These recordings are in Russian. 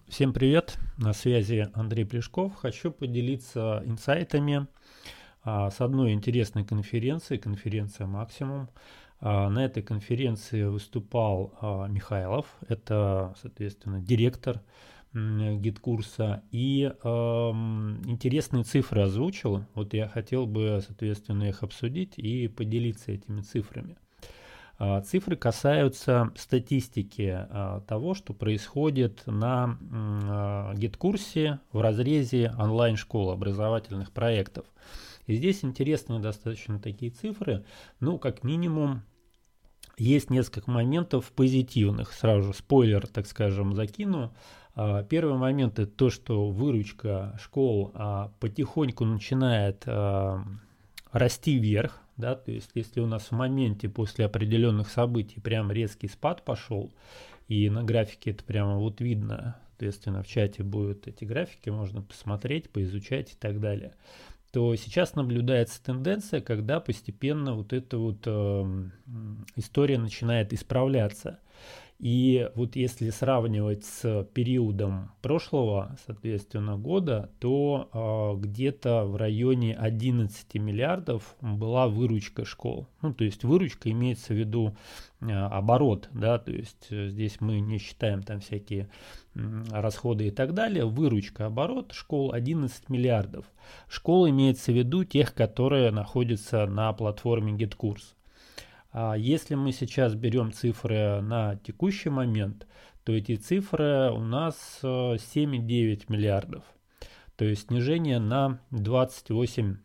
Всем привет, на связи Андрей Плешков. Хочу поделиться инсайтами с одной интересной конференции, конференция «Максимум». На этой конференции выступал Михайлов, это, соответственно, директор гид-курса, и интересные цифры озвучил. Вот я хотел бы, соответственно, их обсудить и поделиться этими цифрами. Цифры касаются статистики того, что происходит на гид-курсе в разрезе онлайн-школы образовательных проектов. И здесь интересные достаточно такие цифры. Ну, как минимум, есть несколько моментов позитивных. Сразу же спойлер, так скажем, закину. Первый момент – это то, что выручка школ потихоньку начинает расти вверх. Да, то есть, если у нас в моменте после определенных событий прям резкий спад пошел, и на графике это прямо вот видно, соответственно, в чате будут эти графики, можно посмотреть, поизучать и так далее, то сейчас наблюдается тенденция, когда постепенно вот эта вот история начинает исправляться. И вот если сравнивать с периодом прошлого, соответственно, года, то где-то в районе 11 миллиардов была выручка школ. Ну, то есть выручка имеется в виду оборот, да, то есть здесь мы не считаем там всякие расходы и так далее. Выручка, оборот школ 11 миллиардов. Школ имеется в виду тех, которые находятся на платформе GetCourse. Если мы сейчас берем цифры на текущий момент, то эти цифры у нас 7,9 миллиардов. То есть снижение на 28%,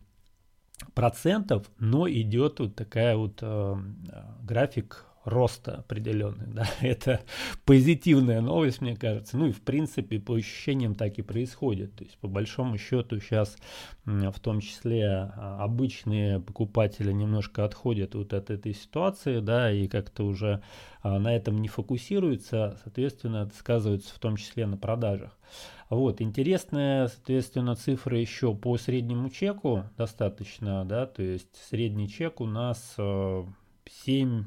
но идет вот такая вот график роста определенный. Да? Это позитивная новость, мне кажется. Ну и в принципе по ощущениям так и происходит. То есть по большому счету сейчас в том числе обычные покупатели немножко отходят вот от этой ситуации, да, и как-то уже на этом не фокусируются, соответственно, это сказывается в том числе на продажах. Вот, интересная, соответственно, цифра еще по среднему чеку достаточно, да, то есть средний чек у нас 7,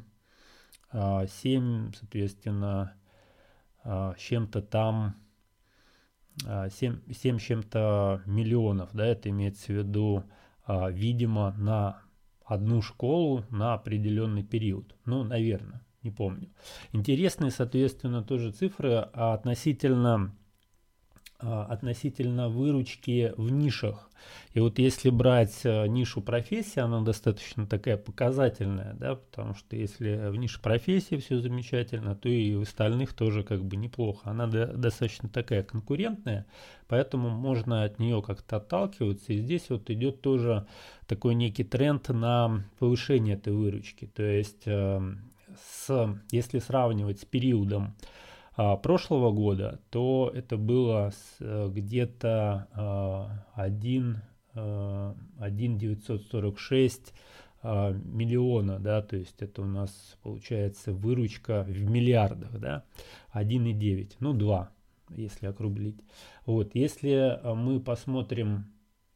соответственно, чем-то там 7 чем-то миллионов, да, это имеется в виду, видимо, на одну школу на определенный период. Ну, наверное, не помню. Интересные, соответственно, тоже цифры относительно выручки в нишах. И вот если брать нишу профессии, она достаточно такая показательная, да, потому что если в нише профессии все замечательно, то и в остальных тоже как бы неплохо. Она достаточно такая конкурентная, поэтому можно от нее как-то отталкиваться. И здесь вот идет тоже такой некий тренд на повышение этой выручки. То есть, если сравнивать с периодом прошлого года, то это было где-то 1 946 миллиона, да, то есть это у нас получается выручка в миллиардах, да, 1,9, ну 2, если округлить. Вот, если мы посмотрим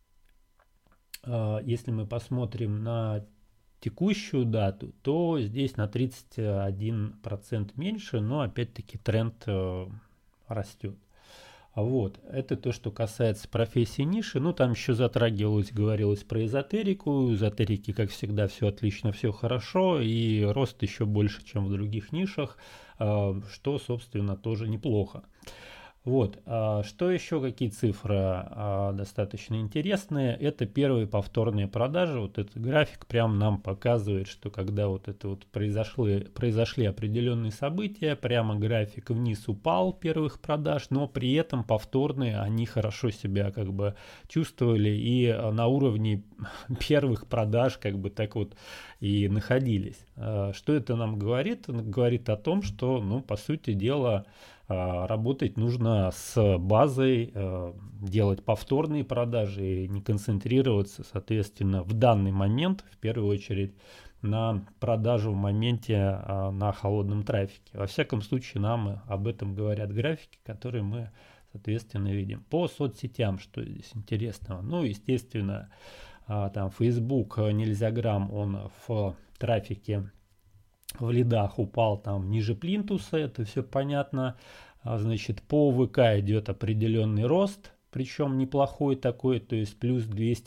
на текущую дату, то здесь на 31% меньше, но опять-таки тренд растет. Вот, это то, что касается профессии ниши. Ну, там еще говорилось про эзотерику. У эзотерики, как всегда, все отлично, все хорошо, и рост еще больше, чем в других нишах, что, собственно, тоже неплохо. Вот, что еще, какие цифры достаточно интересные, это первые повторные продажи. Вот этот график прям нам показывает, что когда вот это вот произошли определенные события, прямо график вниз упал первых продаж, но при этом повторные, они хорошо себя как бы чувствовали и на уровне первых продаж как бы так вот и находились. Что это нам говорит? Говорит о том, что, ну, по сути дела, работать нужно с базой, делать повторные продажи и не концентрироваться, соответственно, в данный момент, в первую очередь, на продажу в моменте на холодном трафике. Во всяком случае, нам об этом говорят графики, которые мы, соответственно, видим. По соцсетям, что здесь интересного? Ну, естественно, там Facebook, Нельзяграм, он в трафике в лидах упал там ниже плинтуса, это все понятно. Значит, по ВК идет определенный рост, причем неплохой такой, то есть плюс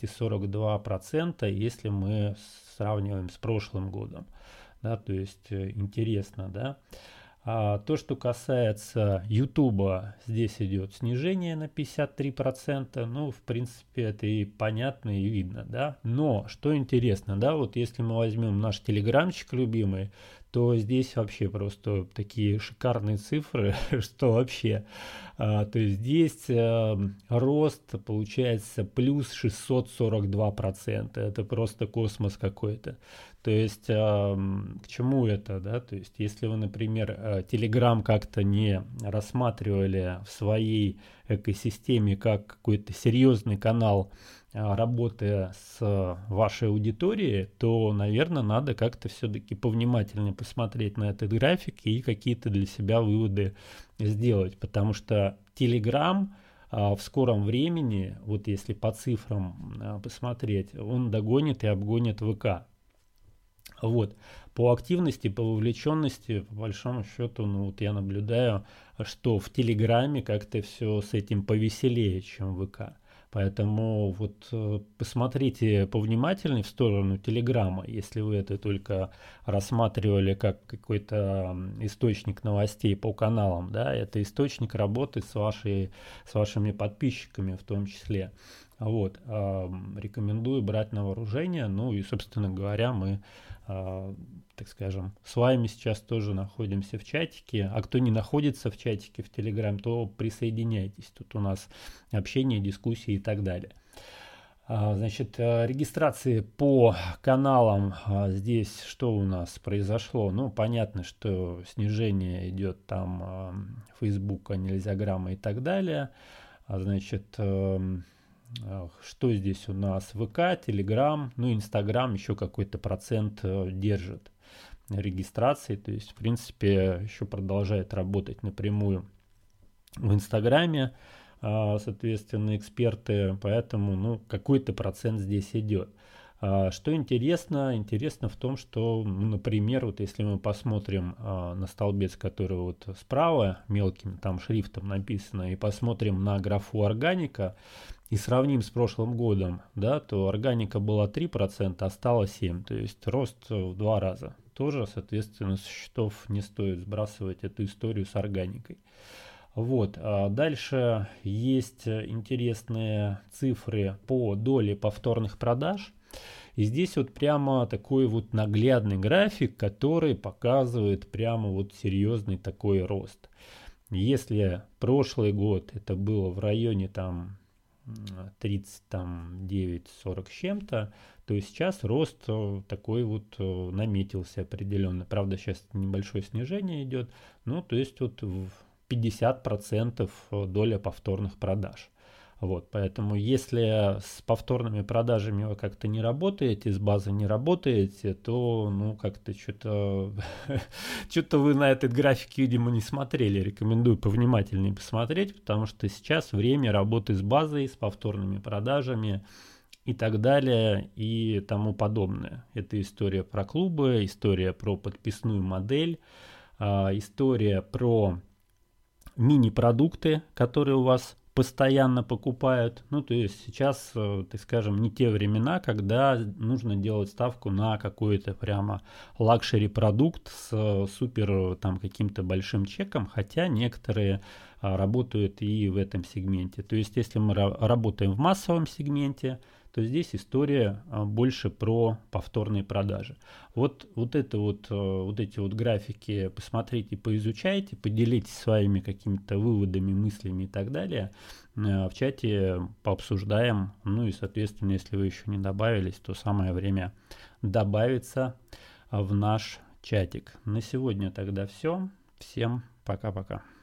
242%, если мы сравниваем с прошлым годом. Да, то есть интересно, да. То, что касается Ютуба, здесь идет снижение на 53%. Ну, в принципе, это и понятно, и видно, да. Но, что интересно, да, вот если мы возьмем наш телеграмчик любимый, то здесь вообще просто такие шикарные цифры, что вообще. То есть здесь рост получается плюс 642%. Это просто космос какой-то. То есть к чему это, да? То есть если вы, например, Telegram как-то не рассматривали в своей экосистеме как какой-то серьезный канал работы с вашей аудиторией, то, наверное, надо как-то все-таки повнимательнее посмотреть на этот график и какие-то для себя выводы сделать, потому что Telegram в скором времени, вот если по цифрам посмотреть, он догонит и обгонит ВК. Вот. По активности, по вовлеченности, по большому счету, ну вот я наблюдаю, что в Телеграме как-то все с этим повеселее, чем в ВК. Поэтому вот посмотрите повнимательнее в сторону Телеграма, если вы это только рассматривали как какой-то источник новостей по каналам, да, это источник работы с вашими подписчиками в том числе. Вот, рекомендую брать на вооружение, ну и, собственно говоря, мы, так скажем, с вами сейчас тоже находимся в чатике, а кто не находится в чатике в Telegram, то присоединяйтесь, тут у нас общение, дискуссии и так далее. Значит, регистрации по каналам здесь что у нас произошло? Ну, понятно, что снижение идет там Facebook, Нельзяграмма и так далее. Значит, что здесь у нас? ВК, Телеграм, ну, Инстаграм еще какой-то процент держит регистрации. То есть, в принципе, еще продолжает работать напрямую в Инстаграме, соответственно, эксперты. Поэтому, ну, какой-то процент здесь идет. Что интересно? Интересно в том, что, например, вот если мы посмотрим на столбец, который вот справа мелким там шрифтом написано, и посмотрим на графу органика, и сравним с прошлым годом, да, то органика была 3%, а стала 7%, то есть рост в 2 раза. Тоже, соответственно, со счетов не стоит сбрасывать эту историю с органикой. Вот. Дальше есть интересные цифры по доле повторных продаж. И здесь вот прямо такой вот наглядный график, который показывает прямо вот серьезный такой рост. Если прошлый год это было в районе там 39-40 с чем-то, то сейчас рост такой вот наметился определенно. Правда, сейчас небольшое снижение идет, ну, то есть вот в 50% доля повторных продаж. Вот, поэтому если с повторными продажами вы как-то не работаете, с базой не работаете, то, ну, как-то что-то вы на этот график, видимо, не смотрели. Рекомендую повнимательнее посмотреть, потому что сейчас время работы с базой, с повторными продажами и так далее и тому подобное. Это история про клубы, история про подписную модель, история про мини-продукты, которые у вас постоянно покупают. Ну, то есть сейчас, так скажем, не те времена, когда нужно делать ставку на какой-то прямо лакшери продукт с супер там каким-то большим чеком, хотя некоторые работают и в этом сегменте. То есть если мы работаем в массовом сегменте, то здесь история больше про повторные продажи. Вот эти вот графики посмотрите, поизучайте, поделитесь своими какими-то выводами, мыслями и так далее. В чате пообсуждаем. Ну и, соответственно, если вы еще не добавились, то самое время добавиться в наш чатик. На сегодня тогда все. Всем пока-пока.